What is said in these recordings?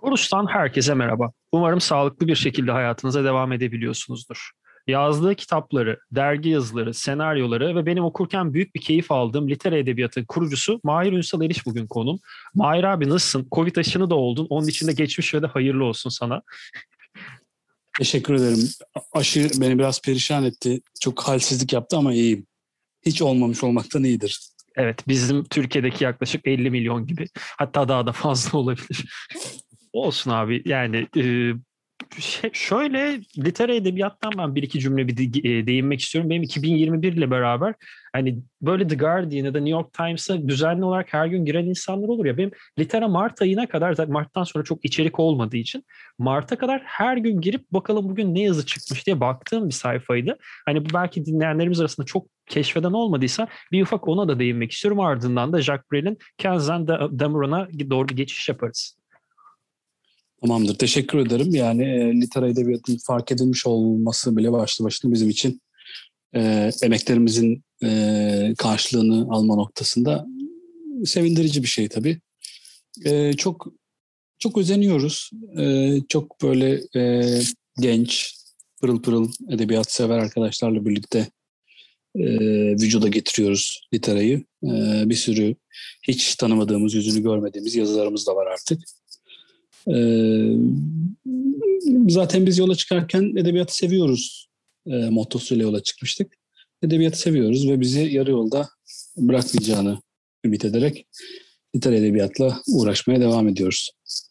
Burç'tan herkese merhaba. Umarım sağlıklı bir şekilde hayatınıza devam edebiliyorsunuzdur. Yazdığı kitapları, dergi yazıları, senaryoları ve benim okurken büyük bir keyif aldığım Litera Edebiyatı kurucusu Mahir Ünsal Eriş bugün konuğum. Mahir abi nasılsın? Covid aşını da oldun. Onun için de geçmiş ve de hayırlı olsun sana. Teşekkür ederim. Aşı beni biraz perişan etti. Çok halsizlik yaptı ama iyiyim. Hiç olmamış olmaktan iyidir. Evet, bizim Türkiye'deki yaklaşık 50 milyon gibi. Hatta daha da fazla olabilir. Olsun abi yani şöyle liter edebiyattan ben bir iki cümle değinmek istiyorum. Benim 2021 ile beraber hani böyle The Guardian ya da New York Times'a düzenli olarak her gün giren insanlar olur ya. Benim litera Mart ayına kadar zaten Mart'tan sonra çok içerik olmadığı için Mart'a kadar her gün girip bakalım bugün ne yazı çıkmış diye baktığım bir sayfaydı. Hani bu belki dinleyenlerimiz arasında çok keşfeden olmadıysa bir ufak ona da değinmek istiyorum. Ardından da Jacques Brel'in Kenzen Dameron'a doğru bir geçiş yaparız. Tamamdır. Teşekkür ederim. Yani litera edebiyatının fark edilmiş olması bile başlı başına bizim için emeklerimizin karşılığını alma noktasında sevindirici bir şey tabii. Çok çok özeniyoruz. Çok böyle genç, pırıl pırıl edebiyat sever arkadaşlarla birlikte vücuda getiriyoruz literayı. Bir sürü hiç tanımadığımız, yüzünü görmediğimiz yazılarımız da var artık. Zaten biz yola çıkarken edebiyatı seviyoruz mottosuyla yola çıkmıştık. Edebiyatı seviyoruz ve bizi yarı yolda bırakmayacağını ümit ederek liter edebiyatla uğraşmaya devam ediyoruz.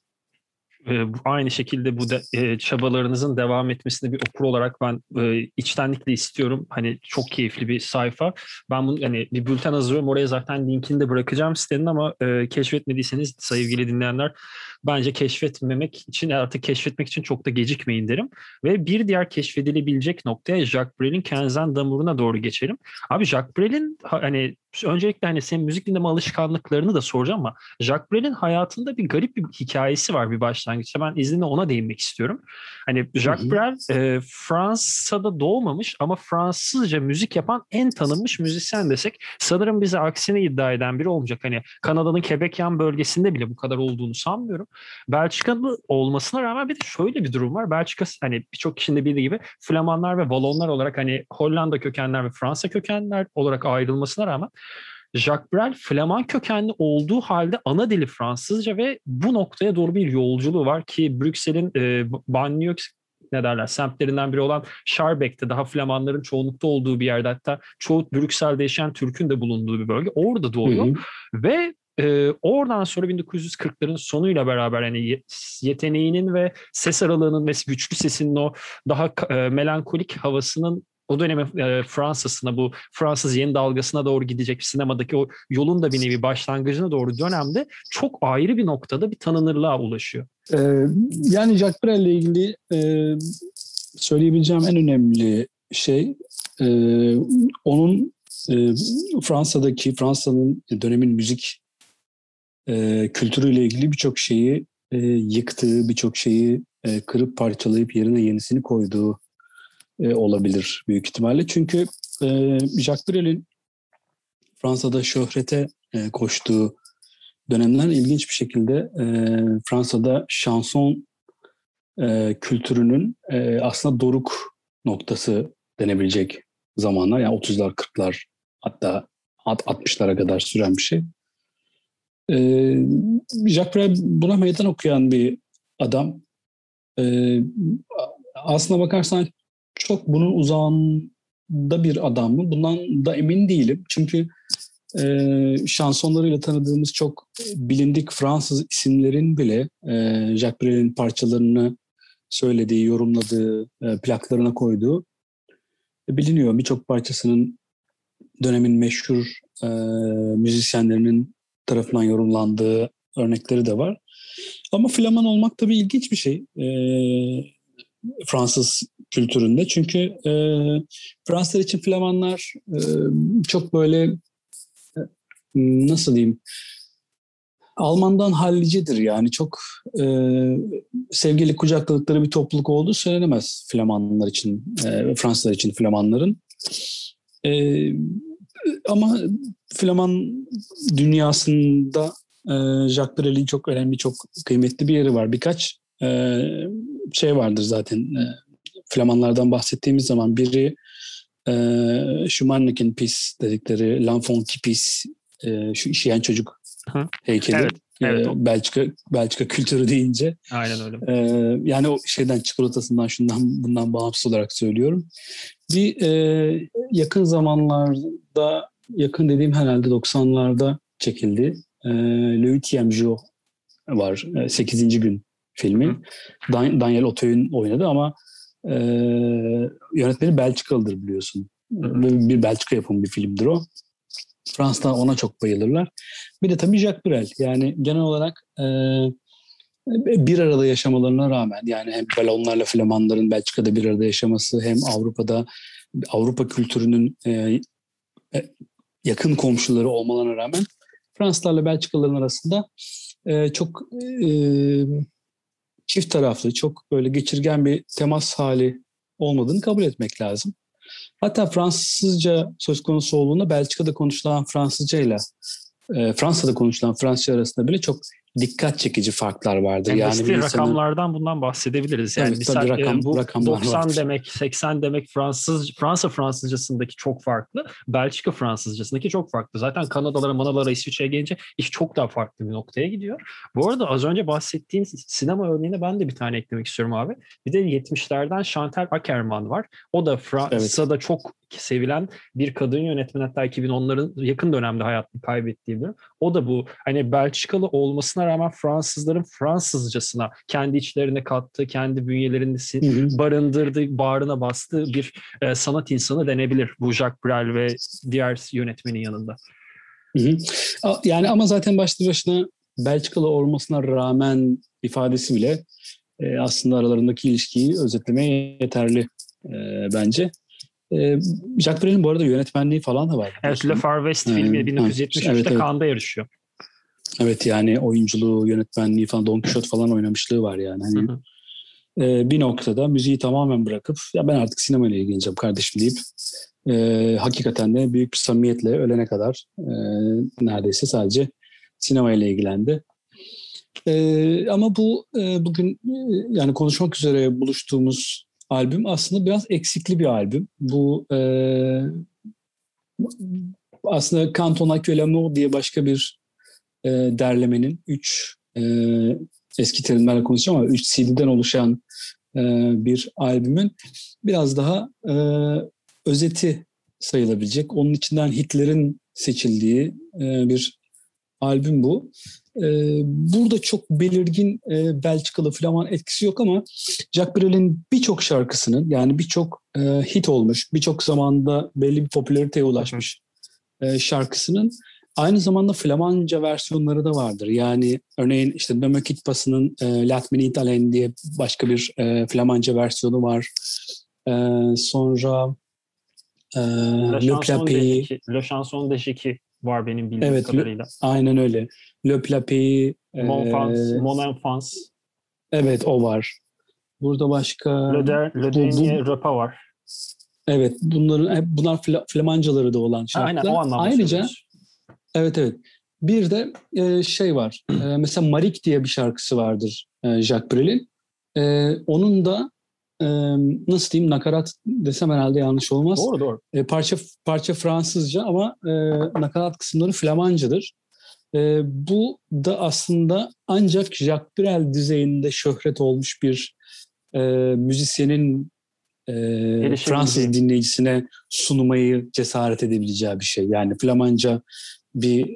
Aynı şekilde bu çabalarınızın devam etmesini bir okur olarak ben içtenlikle istiyorum. Hani çok keyifli bir sayfa. Ben bunu hani bir bülten hazırlıyorum. Oraya zaten linkini de bırakacağım sitenin ama keşfetmediyseniz sevgili dinleyenler bence keşfetmemek için artık keşfetmek için çok da gecikmeyin derim. Ve bir diğer keşfedilebilecek noktaya Jacques Brel'in Kenzen Dameron'a doğru geçelim. Abi Jacques Brel'in hani öncelikle hani senin müzik dinleme alışkanlıklarını da soracağım ama Jacques Brel'in hayatında bir garip bir hikayesi var bir başlangıçta. Ben izninle ona değinmek istiyorum. Hani Jacques Brel Fransa'da doğmamış ama Fransızca müzik yapan en tanınmış müzisyen desek sanırım bize aksini iddia eden biri olmayacak. Hani Kanada'nın Quebec yan bölgesinde bile bu kadar olduğunu sanmıyorum. Belçikalı olmasına rağmen bir de şöyle bir durum var. Belçika hani birçok kişinin de bildiği gibi Flamanlar ve Valonlar olarak hani Hollanda kökenler ve Fransa kökenler olarak ayrılmasına rağmen Jacques Brel Flaman kökenli olduğu halde ana dili Fransızca ve bu noktaya doğru bir yolculuğu var ki Brüksel'in banliyö ne derler semtlerinden biri olan Schaerbeek'te daha Flamanların çoğunlukta olduğu bir yerde hatta çoğu Brüksel'de yaşayan Türk'ün de bulunduğu bir bölge. Orada doğuyor ve oradan sonra 1940'ların sonuyla beraber hani yeteneğinin ve ses aralığının ve güçlü sesinin o daha melankolik havasının o dönemin Fransa'sına bu Fransız yeni dalgasına doğru gidecek sinemadaki o yolun da bir nevi başlangıcına doğru dönemde çok ayrı bir noktada bir tanınırlığa ulaşıyor. Yani Jacques Brel ile ilgili söyleyebileceğim en önemli şey onun Fransa'nın dönemin müzik kültürüyle ilgili birçok şeyi yıktığı, birçok şeyi kırıp parçalayıp yerine yenisini koyduğu olabilir büyük ihtimalle. Çünkü Jacques Brel'in Fransa'da şöhrete koştuğu dönemler ilginç bir şekilde Fransa'da şanson kültürünün aslında doruk noktası denebilecek zamanlar. Yani 30'lar, 40'lar hatta 60'lara kadar süren bir şey. Jacques Brel buna meydan okuyan bir adam. Aslına bakarsan çok bunun uzağında bir adam mı? Bundan da emin değilim. Çünkü şansonlarıyla tanıdığımız çok bilindik Fransız isimlerin bile Jacques Brel'in parçalarını söylediği, yorumladığı, plaklarına koyduğu biliniyor. Birçok parçasının dönemin meşhur müzisyenlerinin tarafından yorumlandığı örnekleri de var. Ama Flaman olmak tabii ilginç bir şey Fransız kültüründe. Çünkü Fransızlar için Flamanlar çok böyle nasıl diyeyim Alman'dan hallicedir yani çok sevgili kucakladıkları bir topluluk olduğu söylenemez Flamanlar için, Fransızlar için Flamanların. Ama Flaman dünyasında Jacques Brel'in çok önemli, çok kıymetli bir yeri var. Birkaç şey vardır zaten. Flamanlardan bahsettiğimiz zaman biri şu Manneken Pis dedikleri L'Enfant qui Pis, şu işeyen çocuk heykeli. Evet, evet. Belçika kültürü deyince. Aynen öyle. Yani o şeyden, çikolatasından, şundan bundan bağımsız olarak söylüyorum. Bir yakın zamanlarda, yakın dediğim herhalde 90'larda çekildi. Le Huitième Jour var. 8. gün filmi. Daniel Auteuil'in oynadı ama yönetmeni Belçikalıdır biliyorsun. Bir Belçika yapımı bir filmdir o. Fransızlar ona çok bayılırlar. Bir de tabii Jacques Brel. Yani genel olarak bir arada yaşamalarına rağmen, yani hem Valonlarla Flamanların Belçika'da bir arada yaşaması, hem Avrupa kültürünün yakın komşuları olmalarına rağmen Fransızlarla Belçikalıların arasında çok çift taraflı, çok böyle geçirgen bir temas hali olmadığını kabul etmek lazım. Hatta Fransızca söz konusu olduğunda Belçika'da konuşulan Fransızca ile Fransa'da konuşulan Fransızca arasında bile çok dikkat çekici farklar vardır. Yani bir rakamlardan bundan bahsedebiliriz. Yani tabii, bu rakamlar 90 vardır. demek, 80 demek Fransa Fransızcasındaki çok farklı. Belçika Fransızcasındaki çok farklı. Zaten Kanadalara, Manalara, İsviçre'ye gelince iş çok daha farklı bir noktaya gidiyor. Bu arada az önce bahsettiğin sinema örneğine ben de bir tane eklemek istiyorum abi. Bir de 70'lerden Chantal Akerman var. O da Fransa'da çok sevilen bir kadın yönetmen, hatta 2010'ların yakın dönemde hayatını kaybettiği bir. O da bu hani Belçikalı olmasına rağmen Fransızların Fransızcasına kendi içlerine kattığı, kendi bünyelerinde barındırdığı, bağrına bastığı bir sanat insanı denebilir bu Jacques Brel ve diğer yönetmenin yanında. Yani ama zaten başlı başına Belçikalı olmasına rağmen ifadesi bile aslında aralarındaki ilişkiyi özetlemeye yeterli bence. Jacques Brel'in bu arada yönetmenliği falan da var. Evet, Le Far West filmi 1973'te Cannes'da yarışıyor. Evet, yani oyunculuğu, yönetmenliği falan, Don Quixote falan oynamışlığı var yani. Hani, bir noktada müziği tamamen bırakıp ya ben artık sinemayla ilgileneceğim kardeşim deyip hakikaten de büyük bir samimiyetle ölene kadar neredeyse sadece sinemayla ilgilendi. Ama bu bugün yani konuşmak üzere buluştuğumuz albüm aslında biraz eksikli bir albüm. Bu aslında Canton à l'amour diye başka bir derlemenin 3 eski terimlerle konuşacağım ama 3 CD'den oluşan bir albümün biraz daha özeti sayılabilecek. Onun içinden hitlerin seçildiği bir albüm bu. Burada çok belirgin Belçikalı Flaman etkisi yok ama Jacques Brel'in birçok şarkısının, yani birçok hit olmuş, birçok zamanda belli bir popülariteye ulaşmış şarkısının aynı zamanda Flamanca versiyonları da vardır. Yani örneğin işte Ne me quitte pas'ın Laat me niet alleen diye başka bir Flamanca versiyonu var. Sonra Le Plapé. Le Chanson de Jacques var benim bildiğim kadarıyla. Aynen öyle. Le Plapé. Mon Enfance. Evet, o var. Burada başka... Le Dernier Repas var. Evet, bunlar Flamancaları da olan şarkılar. Aynen, o anlamda ayrıca söylüyoruz. Evet. Bir de şey var. Mesela Marik diye bir şarkısı vardır Jacques Brel'in. Onun da nasıl diyeyim, nakarat desem herhalde yanlış olmaz. Doğru. Parça Fransızca ama nakarat kısımları Flamancadır. Bu da aslında ancak Jacques Brel düzeyinde şöhret olmuş bir müzisyenin Fransız dinleyicisine sunmayı cesaret edebileceği bir şey. Yani Flamanca bir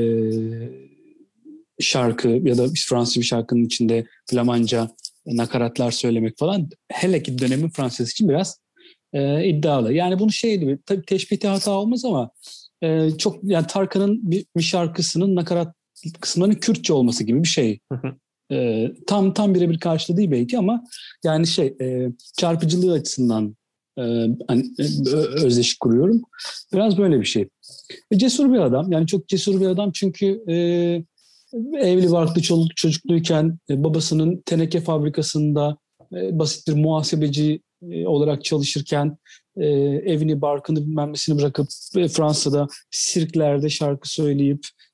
şarkı ya da Fransız bir şarkının içinde Flamanca nakaratlar söylemek falan, hele ki dönemin Fransız için biraz iddialı. Yani bunu şey gibi, tabii teşbihte hata olmaz ama çok, yani Tarkan'ın bir şarkısının nakarat kısımlarının Kürtçe olması gibi bir şey. Tam birebir karşılığı değil belki ama yani çarpıcılığı açısından hani, özdeşik kuruyorum. Biraz böyle bir şey. Cesur bir adam. Yani çok cesur bir adam çünkü evli barklı çocukluyken babasının teneke fabrikasında basit bir muhasebeci olarak çalışırken evini, barkını, bilmem nesini bırakıp Fransa'da sirklerde şarkı söyleyip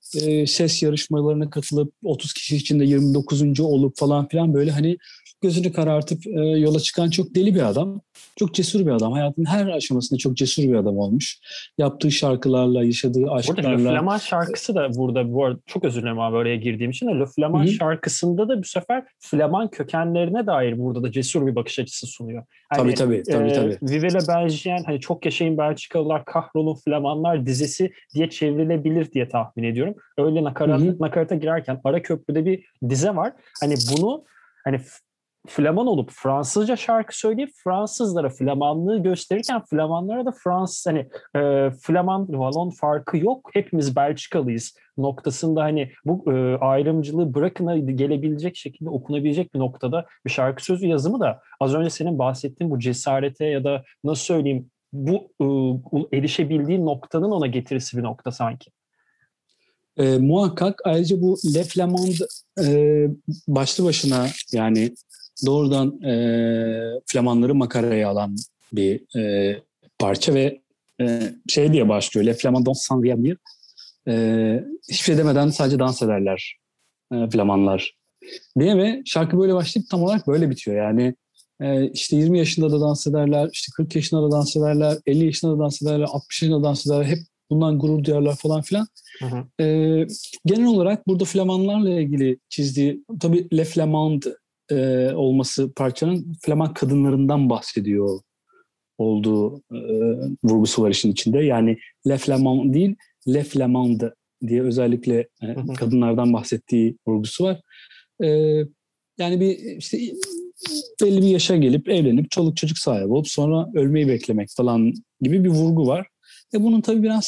ses yarışmalarına katılıp 30 kişi içinde 29. olup falan filan böyle hani gözünü karartıp yola çıkan çok deli bir adam. Çok cesur bir adam. Hayatının her aşamasında çok cesur bir adam olmuş. Yaptığı şarkılarla, yaşadığı Burada Le aşklarla. Flamand şarkısı da burada, bu arada çok özür dilerim abi oraya girdiğim için, de Le Hı Flamand hı. şarkısında da bu sefer Flamand kökenlerine dair burada da cesur bir bakış açısı sunuyor. Tabii Hani tabii, tabii tabii. Vive la Belgienne, hani çok yaşayın Belçikalılar, kahrolun Flamanlar dizisi diye çevrilebilir diye tahmin ediyorum. Öyle Hı hı. nakarata girerken ara köprüde bir dize var. Hani bunu hani Flaman olup Fransızca şarkı söyleyip Fransızlara Flamanlığı gösterirken Flamanlara da Fransız, hani Flaman, Valon farkı yok. Hepimiz Belçikalıyız noktasında, hani bu ayrımcılığı bırakına gelebilecek şekilde okunabilecek bir noktada bir şarkı sözü yazımı da az önce senin bahsettiğin bu cesarete ya da nasıl söyleyeyim bu erişebildiği noktanın ona getirisi bir nokta sanki. Muhakkak ayrıca bu Le Flamand başlı başına yani doğrudan Flamanları makaraya alan bir parça ve şey diye başlıyor. Le Flamand dans sans rien dire. Hiçbir şey demeden sadece dans ederler Flamanlar diye ve şarkı böyle başlayıp tam olarak böyle bitiyor. Yani işte 20 yaşında da dans ederler, işte 40 yaşında da dans ederler, 50 yaşında da dans ederler, 60 yaşında da dans ederler. Hep bundan gurur duyarlar falan filan. Hı hı. Genel olarak burada Flamanlarla ilgili çizdiği, tabii Le Flamand olması parçanın Flaman kadınlarından bahsediyor olduğu vurgusu var işin içinde. Yani Le Flamand değil, Le Flamande diye özellikle kadınlardan bahsettiği vurgusu var. E, Yani bir işte belli bir yaşa gelip evlenip çoluk çocuk sahibi olup sonra ölmeyi beklemek falan gibi bir vurgu var. Bunun tabii biraz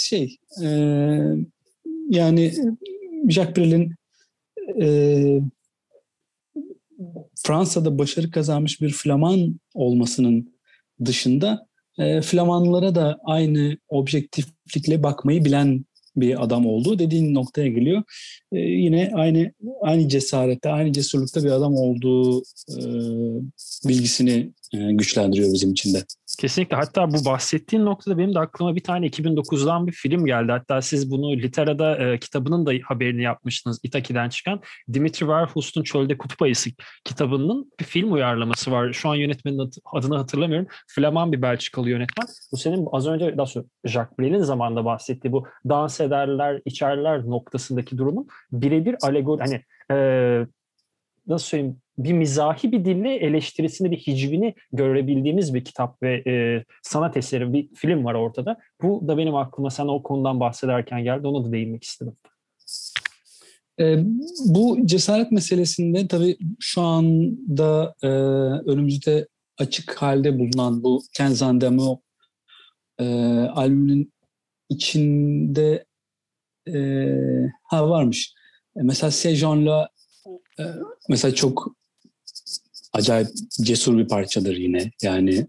yani Jacques Brel'in Fransa'da başarı kazanmış bir Flaman olmasının dışında Flamanlara da aynı objektiflikle bakmayı bilen bir adam olduğu dediğin noktaya geliyor. Yine aynı cesarette, aynı cesurlukta bir adam olduğu bilgisini güçlendiriyor bizim için de. Kesinlikle. Hatta bu bahsettiğin noktada benim de aklıma bir tane 2009'dan bir film geldi. Hatta siz bunu Litera'da kitabının da haberini yapmıştınız. Itaki'den çıkan Dimitri Verhulst'un Çölde Kutup Ayısı kitabının bir film uyarlaması var. Şu an yönetmenin adını hatırlamıyorum. Flaman bir Belçikalı yönetmen. Bu senin az önce daha sonra Jacques Brel'in zamanında bahsettiği bu dans ederler, içerler noktasındaki durumun birebir alegori, hani nasıl söyleyeyim, bir mizahi bir dille eleştirisini, bir hicvini görebildiğimiz bir kitap ve sanat eseri, bir film var ortada. Bu da benim aklıma sen o konudan bahsederken geldi. Ona da değinmek istedim. Bu cesaret meselesinde tabii şu anda önümüzde açık halde bulunan bu Kenzandemo albümünün içinde varmış. Mesela Sejan'la mesela çok acayip cesur bir parçadır yine. Yani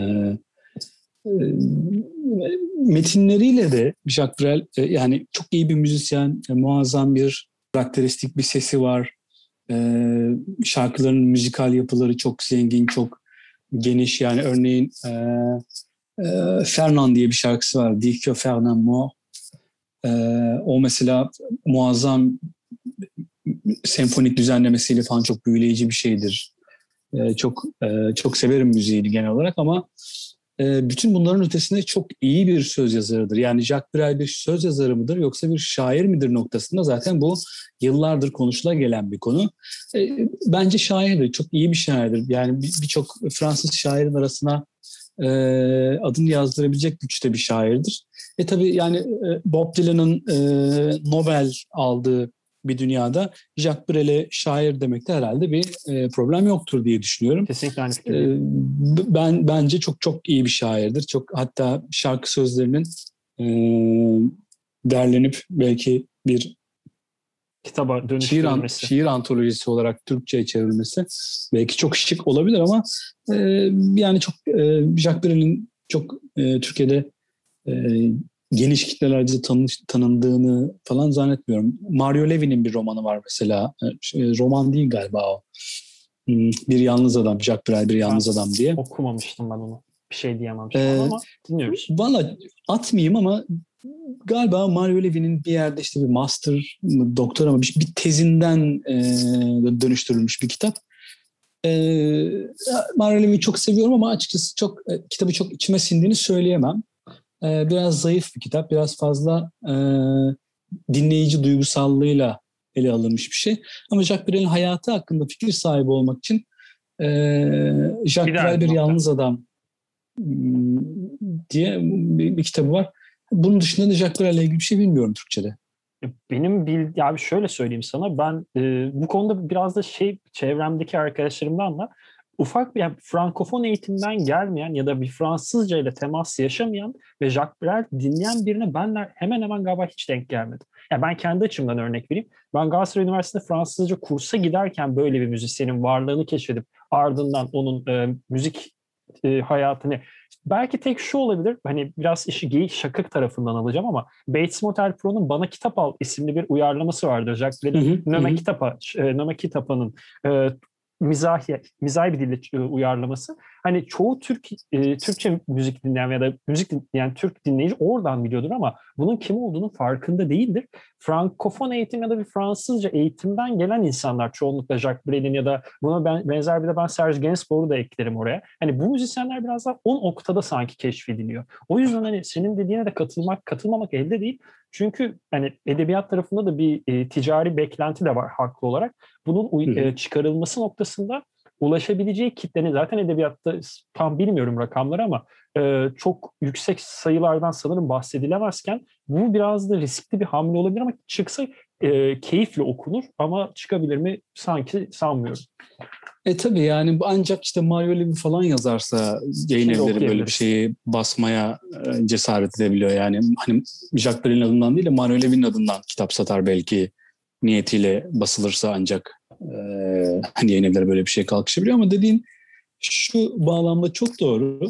metinleriyle de Jacques Brel yani çok iyi bir müzisyen, muazzam bir karakteristik bir sesi var. Şarkıların müzikal yapıları çok zengin, çok geniş. Yani örneğin Fernand diye bir şarkısı var. Dit que Fernand mort. O mesela muazzam senfonik düzenlemesiyle falan çok büyüleyici bir şeydir. Çok severim müziği genel olarak ama bütün bunların ötesinde çok iyi bir söz yazarıdır. Yani Jacques Brel bir söz yazarı mıdır yoksa bir şair midir noktasında zaten bu yıllardır konuşula gelen bir konu. Bence şairdir, çok iyi bir şairdir. Yani birçok Fransız şairin arasına adını yazdırabilecek güçte bir şairdir. Tabii yani Bob Dylan'ın Nobel aldığı bir dünyada Jacques Brel'e şair demekte herhalde bir problem yoktur diye düşünüyorum. Kesinlikle aynı fikirdeyim. Bence çok çok iyi bir şairdir. Çok, hatta şarkı sözlerinin derlenip belki bir Kitaba dönüştürülmesi. şiir antolojisi olarak Türkçe'ye çevrilmesi belki çok şık olabilir ama yani çok Jacques Brel'in çok Türkiye'de geniş kitlelerce tanındığını falan zannetmiyorum. Mario Levy'nin bir romanı var mesela. Roman değil galiba o. Bir Yalnız Adam, Jacques Brel Bir Yalnız Adam diye. Okumamıştım ben onu. Bir şey diyemem şu an ama dinliyoruz. Valla atmayayım ama galiba Mario Levy'nin bir yerde işte bir master, doktora mı bir tezinden dönüştürülmüş bir kitap. Mario Levy'yi çok seviyorum ama açıkçası kitabı çok içime sindiğini söyleyemem. Biraz zayıf bir kitap, biraz fazla dinleyici duygusallığıyla ele alınmış bir şey. Ama Jacques Brel'in hayatı hakkında fikir sahibi olmak için Jacques Brel bir yalnız adam diye bir kitabı var. Bunun dışında da Jacques Brel'le ilgili bir şey bilmiyorum Türkçe'de. Benim ya şöyle söyleyeyim sana, ben bu konuda biraz da çevremdeki arkadaşlarımdan da ufak bir, yani Frankofon eğitimden gelmeyen ya da bir Fransızca ile temas yaşamayan ve Jacques Brel dinleyen birine ben hemen hemen galiba hiç denk gelmedim. Yani ben kendi açımdan örnek vereyim. Ben Galatasaray Üniversitesi'nde Fransızca kursa giderken böyle bir müzisyenin varlığını keşfedip ardından onun müzik hayatını, belki tek şu olabilir, hani biraz işi geyik şakak tarafından alacağım ama Bates Motel Pro'nun Bana Kitap Al isimli bir uyarlaması vardır. Jacques Brel'in Nöme Kitapa'nın mizahi bir dille uyarlaması. Hani çoğu Türkçe müzik dinleyen ya da müzik dinleyen Türk dinleyici oradan biliyordur ama bunun kim olduğunun farkında değildir. Frankofon eğitim ya da bir Fransızca eğitimden gelen insanlar çoğunlukla Jacques Brel'in ya da buna benzer bir de ben Serge Gainsbourg'u da eklerim oraya. Hani bu müzisyenler biraz daha o noktada sanki keşfediliyor. O yüzden hani senin dediğine de katılmamak elde değil. Çünkü hani edebiyat tarafında da bir ticari beklenti de var haklı olarak. Bunun çıkarılması noktasında ulaşabileceği kitlenin zaten edebiyatta tam bilmiyorum rakamları ama çok yüksek sayılardan sanırım bahsedilemezken bu biraz da riskli bir hamle olabilir ama çıksa keyifle okunur ama çıkabilir mi sanki sanmıyorum. Tabii yani ancak işte Mario Levy falan yazarsa yayın evleri böyle bir şeyi basmaya cesaret edebiliyor. Yani hani Jacques Brel'in adından değil de Mario Levy'nin adından kitap satar belki niyetiyle basılırsa ancak hani yayın evleri böyle bir şey kalkışabiliyor ama dediğin şu bağlamda çok doğru.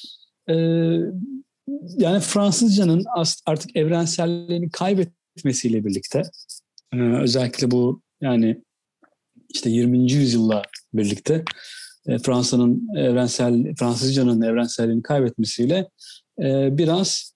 Yani Fransızcanın artık evrenselliğini kaybetmesiyle birlikte özellikle bu yani işte 20. yüzyılla birlikte Fransızcanın evrenselliğini kaybetmesiyle biraz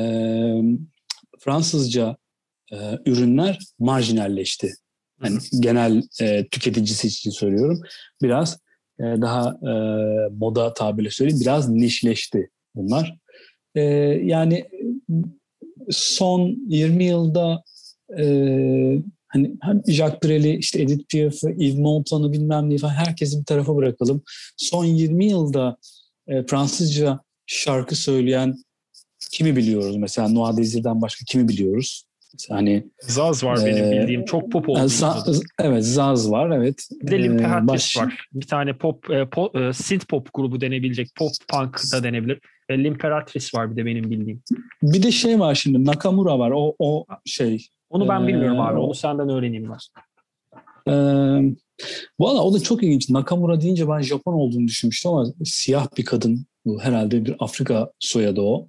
Fransızca ürünler marjinalleşti. Yani genel tüketicisi için söylüyorum. Biraz daha moda tabirle söyleyeyim, biraz nişleşti bunlar. Yani son 20 yılda hani hem Jacques Brel'i, işte Edith Piaf'ı, Yves Montagn'ı bilmem ne falan herkesi bir tarafa bırakalım. Son 20 yılda Fransızca şarkı söyleyen kimi biliyoruz? Mesela Noa Désir'den başka kimi biliyoruz? Mesela hani Zaz var benim bildiğim. Çok pop oldu. Evet, Zaz var, evet. Bir de Limperatrice var. Bir tane synth pop grubu denebilecek. Pop punk da denebilir. Limperatrice var bir de benim bildiğim. Bir de şey var şimdi, Nakamura var. O şey. Onu ben bilmiyorum abi. Onu senden öğreneyim ben. Valla o da çok ilginç. Nakamura deyince ben Japon olduğunu düşünmüştüm ama siyah bir kadın. Bu herhalde bir Afrika soyadı o.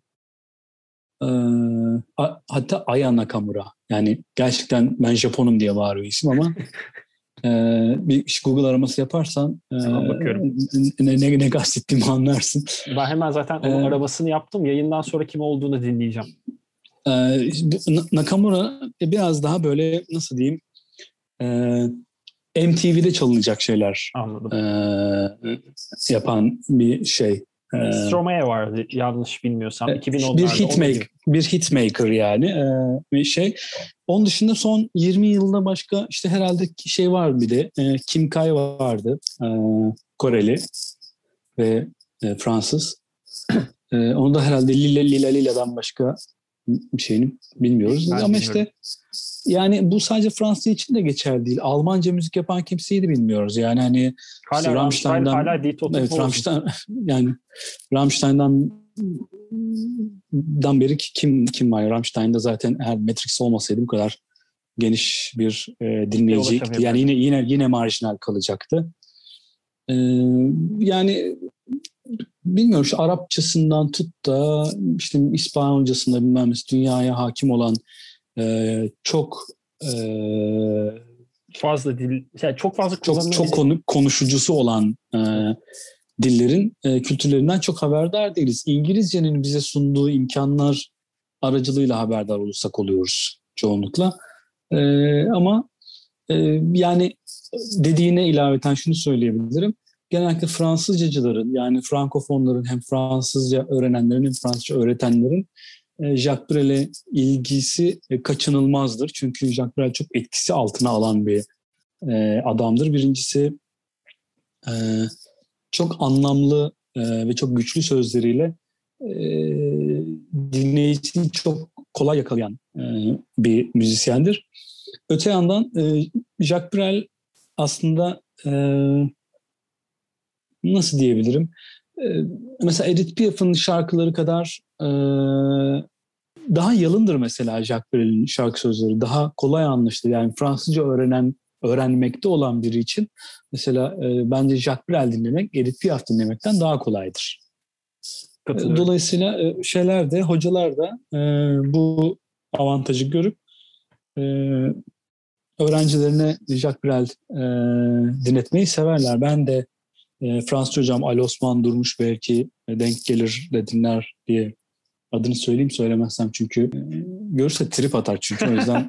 Hatta Aya Nakamura. Yani gerçekten ben Japonum diye bağırıyor isim ama bir Google araması yaparsan bakıyorum. ne kastettiğimi anlarsın. Ben hemen zaten onun aramasını yaptım. Yayından sonra kim olduğunu dinleyeceğim. Nakamura biraz daha böyle nasıl diyeyim MTV'de çalınacak şeyler yapan bir şey. Stromae vardı yanlış bilmiyorsam. 2010'larda. Bir hitmaker yani bir şey. Onun dışında son 20 yılda başka işte herhalde şey var bir de Kim Kai vardı. Koreli ve Fransız. Onu da herhalde Lila'dan başka bir şeyini bilmiyoruz. Ben ama bilmiyorum. İşte yani bu sadece Fransız için de geçerli değil. Almanca müzik yapan kimseyi de bilmiyoruz. Yani hani hala Rammstein'dan hala evet, Rammstein'dan beri kim var? Rammstein'da zaten eğer Matrix olmasaydı bu kadar geniş bir dinleyici yani yine marjinal kalacaktı. Yani bilmiyorum, şu Arapçasından tut da işte İspanyolcasında bilmem ne dünyaya hakim olan çok fazla dil, yani çok fazla konuşucusu olan dillerin kültürlerinden çok haberdar değiliz. İngilizcenin bize sunduğu imkanlar aracılığıyla haberdar olursak oluyoruz çoğunlukla. Ama yani dediğine ilaveten şunu söyleyebilirim. Genellikle Fransızcacıların, yani Frankofonların, hem Fransızca öğrenenlerin hem Fransızca öğretenlerin Jacques Brel'e ilgisi kaçınılmazdır. Çünkü Jacques Brel çok etkisi altına alan bir adamdır. Birincisi çok anlamlı ve çok güçlü sözleriyle dinleyicisini çok kolay yakalayan bir müzisyendir. Öte yandan Jacques Brel aslında nasıl diyebilirim? Mesela Edith Piaf'ın şarkıları kadar daha yalındır mesela Jacques Brel'in şarkı sözleri. Daha kolay anlaşılır. Yani Fransızca öğrenmekte olan biri için mesela bence Jacques Brel dinlemek Edith Piaf dinlemekten daha kolaydır. Dolayısıyla şeyler de, hocalar da bu avantajı görüp öğrencilerine Jacques Brel dinletmeyi severler. Ben de Fransızca hocam Ali Osman Durmuş belki denk gelir de dinler diye adını söyleyeyim söylemezsem çünkü görürse trip atar çünkü o yüzden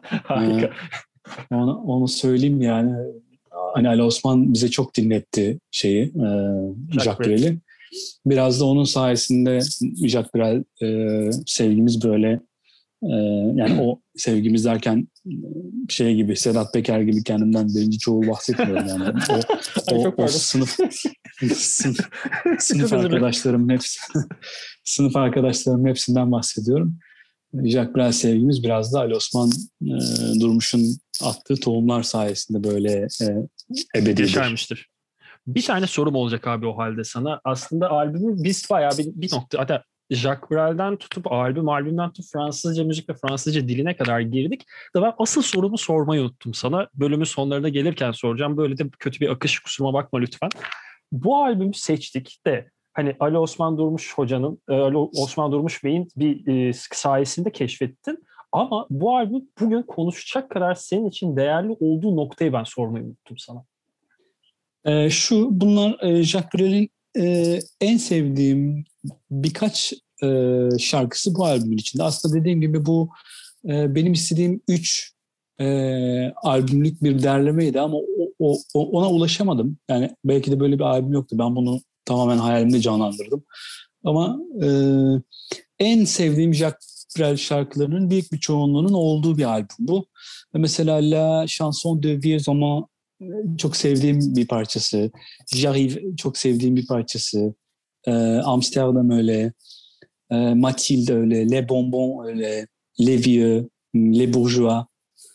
onu söyleyeyim yani. Hani Ali Osman bize çok dinletti Jacques Brel'i. Biraz da onun sayesinde Jacques Brel sevgimiz böyle yani o sevgimiz derken şey gibi Sedat Peker gibi kendimden birinci çoğul bahsetmiyorum yani. O sınıf arkadaşlarım hepsinden bahsediyorum. Jacques Brel sevgimiz biraz da Ali Osman Durmuş'un attığı tohumlar sayesinde böyle ebedidir. Yaşarmıştır. Bir tane sorum olacak abi o halde sana. Aslında albümü biz bayağı bir nokta, hatta Jacques Brel'den tutup albümden tutup Fransızca müzik ve Fransızca diline kadar girdik. Da ben asıl sorumu sormayı unuttum sana. Bölümün sonlarına gelirken soracağım. Böyle de kötü bir akış, kusuruma bakma lütfen. Bu albümü seçtik de hani Ali Osman Durmuş hocanın, Ali Osman Durmuş Bey'in bir sayesinde keşfettin. Ama bu albüm bugün konuşacak kadar senin için değerli olduğu noktayı ben sormayı unuttum sana. Bunlar Jacques Brel'in en sevdiğim birkaç şarkısı bu albümün içinde. Aslında dediğim gibi bu benim istediğim 3 albümlük bir derlemeydi ama ona ulaşamadım. Yani belki de böyle bir albüm yoktu. Ben bunu tamamen hayalimde canlandırdım. Ama en sevdiğim Jacques Brel şarkılarının büyük bir çoğunluğunun olduğu bir albüm bu. Mesela La Chanson de Vieux Amants çok sevdiğim bir parçası. J'arrive çok sevdiğim bir parçası. Amsterdam öyle. Mathilde öyle. Les Bonbons öyle. Les Vieux. Les Bourgeois.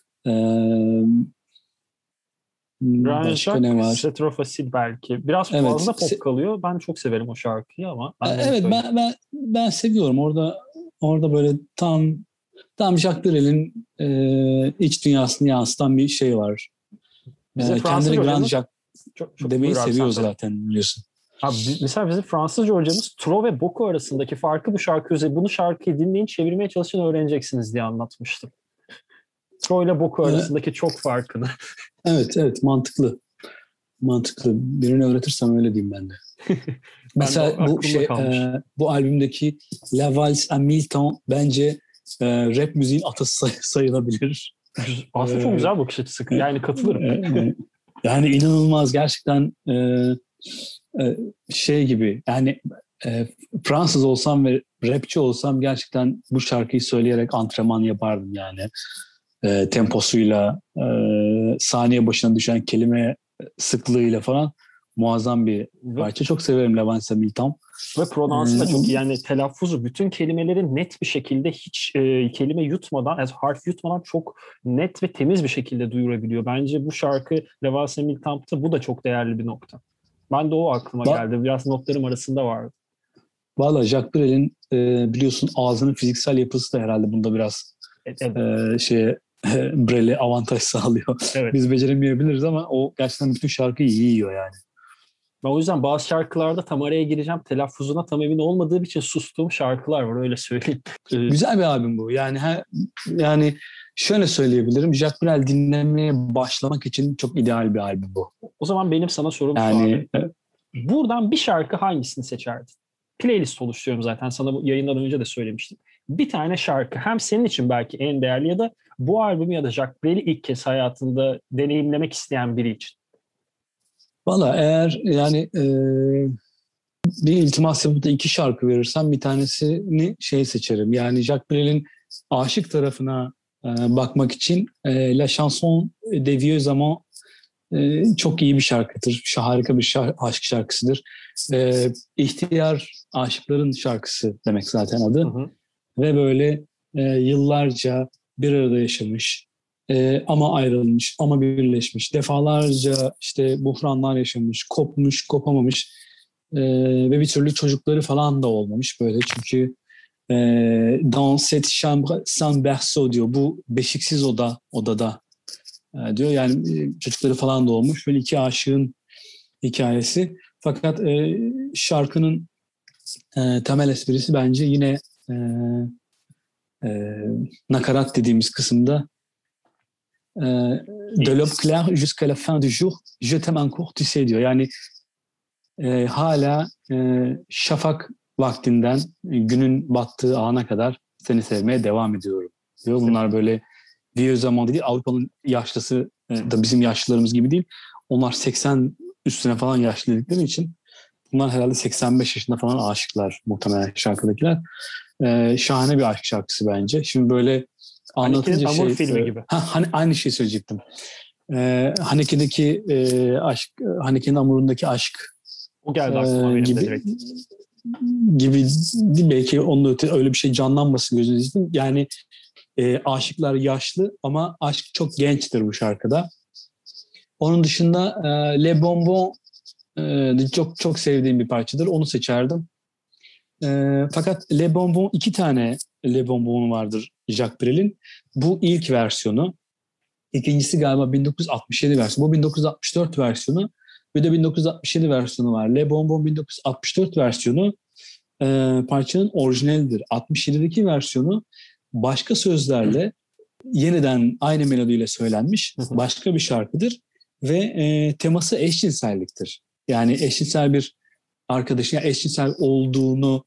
Başka ne var? C'est trop facile belki. Biraz fazla pop kalıyor. Ben çok severim o şarkıyı ama. Evet ben seviyorum. Orada böyle tam Jacques Brel'in iç dünyasını yansıtan bir şey var. Kendini Grand Jacques demeyi seviyor zaten biliyorsun. Abi, mesela bizim Fransızca hocamız Tro ve Boku arasındaki farkı bu şarkıyı dinleyin çevirmeye çalışın öğreneceksiniz diye anlatmıştım. Tro ile Boku arasındaki çok farkını. Evet mantıklı. Birini öğretirsem öyle diyeyim ben de. Mesela bu albümdeki La Valse à Mille Temps bence rap müziğin atası sayılabilir. Aslında çok güzel bakış açısı. Yani katılırım. Yani inanılmaz gerçekten şey gibi yani Fransız olsam ve rapçi olsam gerçekten bu şarkıyı söyleyerek antrenman yapardım yani. Temposuyla, saniye başına düşen kelime sıklığıyla falan muazzam bir parça. Çok severim La Valse à Mille Temps. Ve pronansı da çok iyi. Yani telaffuzu bütün kelimelerin net bir şekilde hiç kelime yutmadan, harf yutmadan çok net ve temiz bir şekilde duyurabiliyor. Bence bu şarkı La Valse à Mille Temps'ta bu da çok değerli bir nokta. Ben de o aklıma geldi. Biraz notlarım arasında vardı. Valla Jacques Brel'in biliyorsun ağzının fiziksel yapısı da herhalde bunda biraz Brel'e avantaj sağlıyor. Evet. Biz beceremeyebiliriz ama o gerçekten bütün şarkıyı iyi yiyor yani. Ben o yüzden bazı şarkılarda tam araya gireceğim. Telaffuzuna tam emin olmadığım için sustuğum şarkılar var öyle söyleyeyim. Güzel bir albüm bu. Yani şöyle söyleyebilirim. Jacques Brel dinlemeye başlamak için çok ideal bir albüm bu. O zaman benim sana sorum şu abi. Buradan bir şarkı hangisini seçerdin? playlist oluşturuyorum zaten. Sana bu yayından önce de söylemiştim. Bir tane şarkı hem senin için belki en değerli ya da bu albümü ya da Jacques Brel'i ilk kez hayatında deneyimlemek isteyen biri için. Valla eğer yani bir iltimas yapıp da 2 şarkı verirsem bir tanesini seçerim. Yani Jacques Brel'in aşık tarafına bakmak için La Chanson des Vieux Amants çok iyi bir şarkıdır. Harika bir aşk şarkısıdır. İhtiyar aşıkların şarkısı demek zaten adı. Hı hı. Ve böyle yıllarca bir arada yaşamış ama ayrılmış ama birleşmiş. Defalarca işte buhranlar yaşamış, kopmuş, kopamamış ve bir türlü çocukları falan da olmamış böyle. Çünkü dans cette chambre sans berceau diyor. Bu beşiksiz odada diyor. Yani çocukları falan da olmuş. Böyle 2 aşığın hikayesi. Fakat şarkının temel esprisi bence yine nakarat dediğimiz kısımda de l'aube claire jusqu'à la fin du jour je t'aime encore tu sais diyor. Yani hala şafak vaktinden günün battığı ana kadar seni sevmeye devam ediyorum diyor. Bunlar böyle vieux zaman değil, Avrupa'nın yaşlısı da bizim yaşlılarımız gibi değil. Onlar 80 üstüne falan yaşlı dedikleri için bunlar herhalde 85 yaşında falan aşıklar muhtemelen şarkıdakiler. Şahane bir aşk şarkısı bence. Şimdi böyle anlatınca Amor filmi gibi. Hani aynı şeyi söyleyecektim. Haneke'deki aşk, Haneke'nin Amur'undaki aşk o geldi aklıma benim de direkt. Gibi belki onun öte öyle bir şey canlanmasın gözünüzde. Yani aşıklar yaşlı ama aşk çok gençtir bu şarkıda. Onun dışında Le Bonbon çok çok sevdiğim bir parçadır. Onu seçerdim. Fakat Le Bonbon 2 tane Le Bonbon vardır Jacques Brel'in. Bu ilk versiyonu. İkincisi galiba 1967 versiyonu. Bu 1964 versiyonu. Bir de 1967 versiyonu var. Le Bonbon 1964 versiyonu parçanın orijinalidir. 67'deki versiyonu başka sözlerle yeniden aynı melodiyle söylenmiş başka bir şarkıdır ve teması eşcinselliktir. Yani eşcinsel bir arkadaşın, yani eşcinsel olduğunu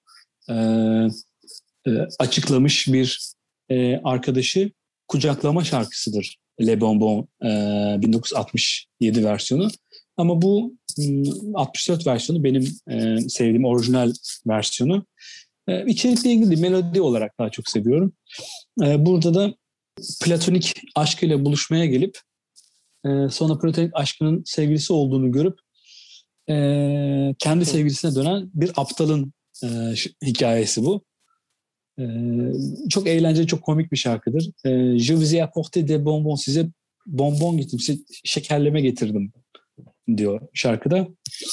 açıklamış bir arkadaşı kucaklama şarkısıdır Le Bonbon 1967 versiyonu. Ama bu 64 versiyonu benim sevdiğim orijinal versiyonu. İçerikle ilgili melodi olarak daha çok seviyorum. Burada da platonik aşkıyla buluşmaya gelip sonra platonik aşkının sevgilisi olduğunu görüp kendi sevgilisine dönen bir aptalın hikayesi bu. Çok eğlenceli, çok komik bir şarkıdır. Je vous ai apporté des bonbons. Size bonbon getirdim, size şekerleme getirdim diyor şarkıda.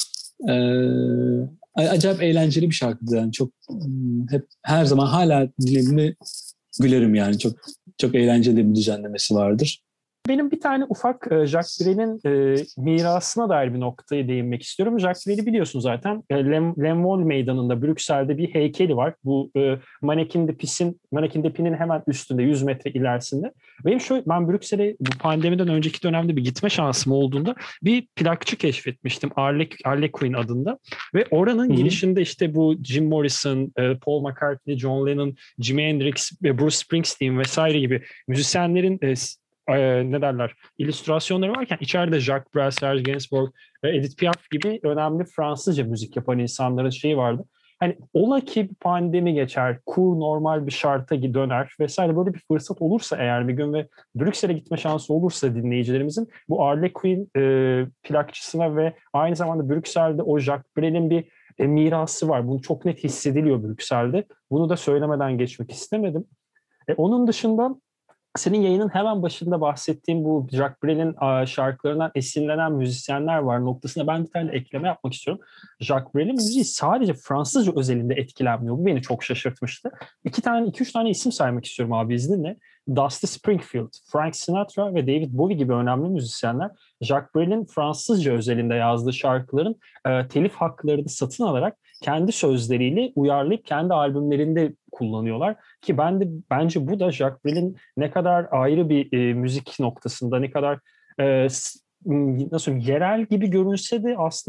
Acayip eğlenceli bir şarkıdır. Yani çok hep her zaman hala dinlediğimde gülerim yani. Çok çok eğlenceli bir düzenlemesi vardır. Benim bir tane ufak Jacques Brel'in mirasına dair bir noktaya değinmek istiyorum. Jacques Brel'i biliyorsun zaten. Lemwall Meydanı'nda Brüksel'de bir heykeli var. Bu Mannequin de Pin'in hemen üstünde 100 metre ilerisinde. Ben Brüksel'e bu pandemiden önceki dönemde bir gitme şansım olduğunda bir plakçı keşfetmiştim. Harlequin adında. Ve oranın girişinde işte bu Jim Morrison, Paul McCartney, John Lennon, Jimi Hendrix, Bruce Springsteen vesaire gibi müzisyenlerin illüstrasyonları varken içeride Jacques Brel, Serge Gainsbourg ve Edith Piaf gibi önemli Fransızca müzik yapan insanların şeyi vardı. Hani ola ki bir pandemi geçer, kur normal bir şarta döner vesaire, böyle bir fırsat olursa eğer bir gün ve Brüksel'e gitme şansı olursa dinleyicilerimizin bu Harlequin plakçısına ve aynı zamanda Brüksel'de o Jacques Brel'in bir mirası var. Bunu çok net hissediliyor Brüksel'de. Bunu da söylemeden geçmek istemedim. Onun dışında senin yayının hemen başında bahsettiğim bu Jacques Brel'in şarkılarından esinlenen müzisyenler var noktasına ben bir tane ekleme yapmak istiyorum. Jacques Brel'in müziği sadece Fransızca özelinde etkilenmiyor. Bu beni çok şaşırtmıştı. 2-3 tane isim saymak istiyorum abi izninle. Dusty Springfield, Frank Sinatra ve David Bowie gibi önemli müzisyenler Jacques Brel'in Fransızca özelinde yazdığı şarkıların telif haklarını satın alarak kendi sözleriyle uyarlayıp kendi albümlerinde kullanıyorlar. Ki bence bu da Jacques Brel'in ne kadar ayrı bir müzik noktasında, ne kadar nasıl yerel gibi görünse de aslında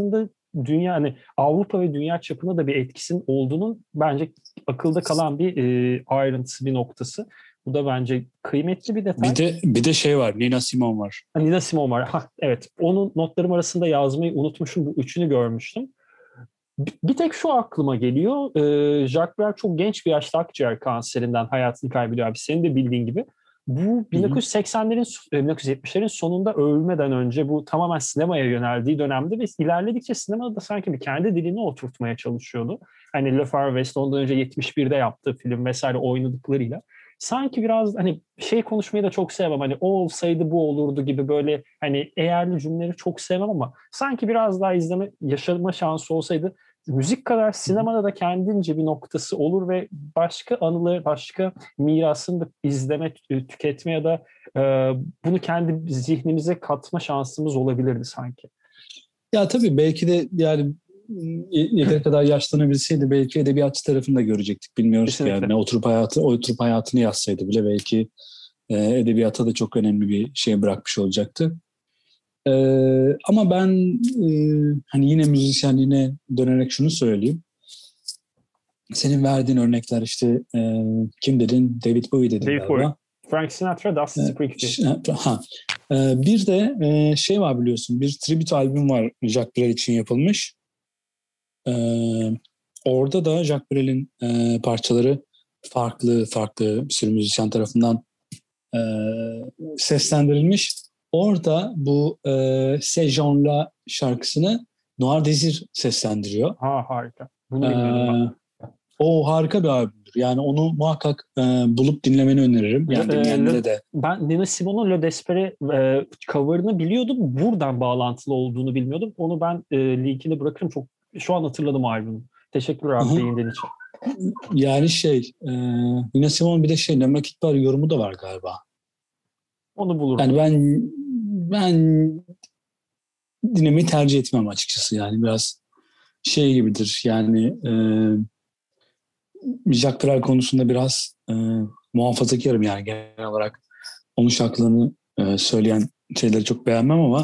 dünya hani Avrupa ve dünya çapında da bir etkisinin olduğunun bence akılda kalan bir ayrıntısı, bir noktası. Bu da bence kıymetli bir detay. Bir de şey var. Nina Simone var. Nina Simone var. Ha, evet. Onun notlarım arasında yazmayı unutmuşum. Bu üçünü görmüştüm. Bir tek şu aklıma geliyor. Jacques Brel çok genç bir yaşta akciğer kanserinden hayatını kaybediyor abi. Senin de bildiğin gibi. Bu 1980'lerin, 1970'lerin sonunda ölmeden önce bu tamamen sinemaya yöneldiği dönemde ve ilerledikçe sinemada da sanki bir kendi dilini oturtmaya çalışıyordu. Hani Le Far West ondan önce 71'de yaptığı film vesaire oynadıklarıyla. Sanki biraz hani şey konuşmayı da çok sevmem. Hani o olsaydı bu olurdu gibi böyle hani eğerli cümleleri çok sevmem ama sanki biraz daha yaşama şansı olsaydı müzik kadar sinemada da kendince bir noktası olur ve başka anıları, başka mirasını da izleme, tüketme ya da bunu kendi zihnimize katma şansımız olabilirdi sanki. Ya tabii belki de yani yeteri kadar yaşlanabilseydi belki edebiyatçı tarafını da görecektik. Bilmiyoruz ki Kesinlikle. yani. Oturup hayatını yazsaydı bile belki edebiyata da çok önemli bir şey bırakmış olacaktı. Ama ben hani yine müzisyenliğine dönerek şunu söyleyeyim. Senin verdiğin örnekler işte kim dedin? David Bowie dedin David Bowie, galiba. Frank Sinatra, Dusty Springfield. Bir de şey var biliyorsun. Bir tribute albüm var Jacques Brel için yapılmış. Orada da Jacques Brel'in parçaları farklı bir sürü müzisyen tarafından seslendirilmiş. Orada bu C'est Jean-La şarkısını Noir Désir seslendiriyor. Ha, harika. Bunu bilmiyordum ben. O harika bir albümdür. Yani onu muhakkak bulup dinlemeni öneririm. Yani dinleyenlere de. Ben Nina Simone'un Le Despere cover'ını biliyordum. Buradan bağlantılı olduğunu bilmiyordum. Onu ben linkini bırakırım. Çok şu an hatırladım albümü. Teşekkürler abi değindiğin için. Yani Nina Simone bir de Nöme Kitbar yorumu da var galiba. Onu bulurum. Yani ben dinlemeyi tercih etmem açıkçası. Yani biraz şey gibidir. Yani Jacques Brel konusunda biraz muhafazakarım yani genel olarak. Onun şarkılarını söyleyen şeyleri çok beğenmem ama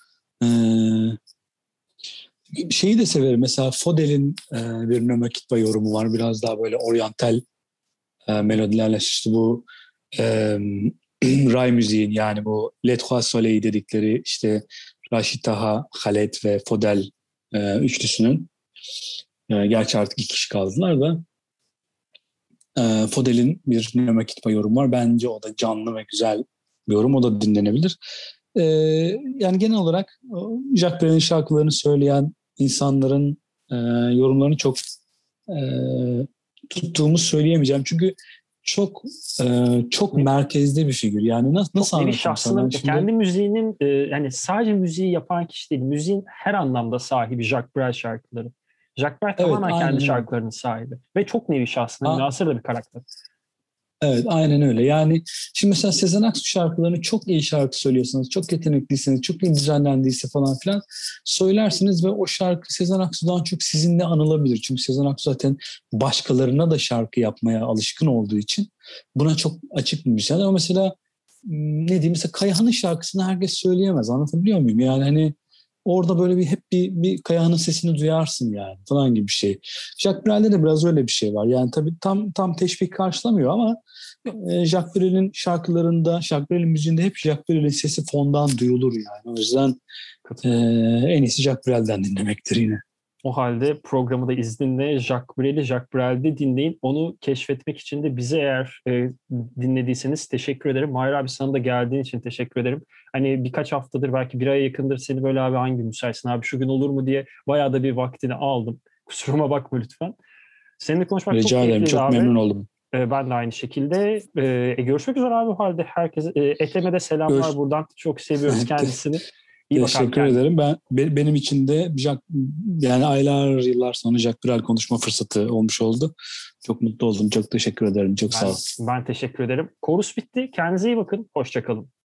şeyi de severim. Mesela Faudel'in bir Nöme Kitbar yorumu var. Biraz daha böyle oryantal melodilerle işte bu ray müziğin yani bu Les Trois Soleils dedikleri işte Rachid Taha, Khaled ve Faudel üçlüsünün gerçi artık 2 kişi kaldılar da Faudel'in bir Nöme Kitbar yorumu var. Bence o da canlı ve güzel bir yorum. O da dinlenebilir. Yani genel olarak Jacques Brel'in şarkılarını söyleyen insanların yorumlarını çok tuttuğumu söyleyemeyeceğim. Çünkü çok merkezde bir figür. Yani nasıl Nevi anlatayım sana şimdi? kendi müziğinin yani sadece müziği yapan kişi değil. Müziğin her anlamda sahibi Jacques Brel şarkıları. Jacques Brel Evet, tamamen aynen kendi öyle. şarkılarının sahibi. Ve çok nevi şahsına münhasır da bir karakter. Evet, aynen öyle. Yani şimdi mesela Sezen Aksu şarkılarını çok iyi şarkı söylüyorsanız, çok yetenekliyseniz, çok iyi düzenlendiyse falan filan söylersiniz ve o şarkı Sezen Aksu'dan çok sizinle anılabilir. Çünkü Sezen Aksu zaten başkalarına da şarkı yapmaya alışkın olduğu için buna çok açık bir müzisyen. Ama mesela ne diyeyim, mesela Kayahan'ın şarkısını herkes söyleyemez. Anlatabiliyor muyum? Yani hani orada böyle hep bir Kayahan'ın sesini duyarsın yani falan gibi bir şey. Jacques Brel'de de biraz öyle bir şey var. Yani tabii tam teşbih karşılamıyor ama Jacques Brel'in şarkılarında, Jacques Brel'in müziğinde hep Jacques Brel'in sesi fondan duyulur yani. O yüzden en iyisi Jacques Brel'den dinlemektir yine. O halde programı da izninle Jacques Brel'i Jacques Brel'de dinleyin. Onu keşfetmek için de bizi eğer dinlediyseniz teşekkür ederim. Mahir abi sana da geldiğin için teşekkür ederim. Hani birkaç haftadır belki bir aya yakındır seni böyle abi hangi müsaitsin abi şu gün olur mu diye bayağı da bir vaktini aldım. Kusuruma bakma lütfen. Seninle konuşmak çok Rica ederim. keyifliydi Çok abi. memnun oldum. Ben de aynı şekilde. Görüşmek üzere abi o halde. Herkese Ethem'e de selamlar buradan. Çok seviyoruz kendisini. İyi bak abi Teşekkür kendine. ederim. Benim için de yani yıllar sonra Jacques Brel konuşma fırsatı olmuş oldu. Çok mutlu oldum. Çok teşekkür ederim. Çok sağ ol. Ben teşekkür ederim. Korus bitti. Kendinize iyi bakın. Hoşça kalın.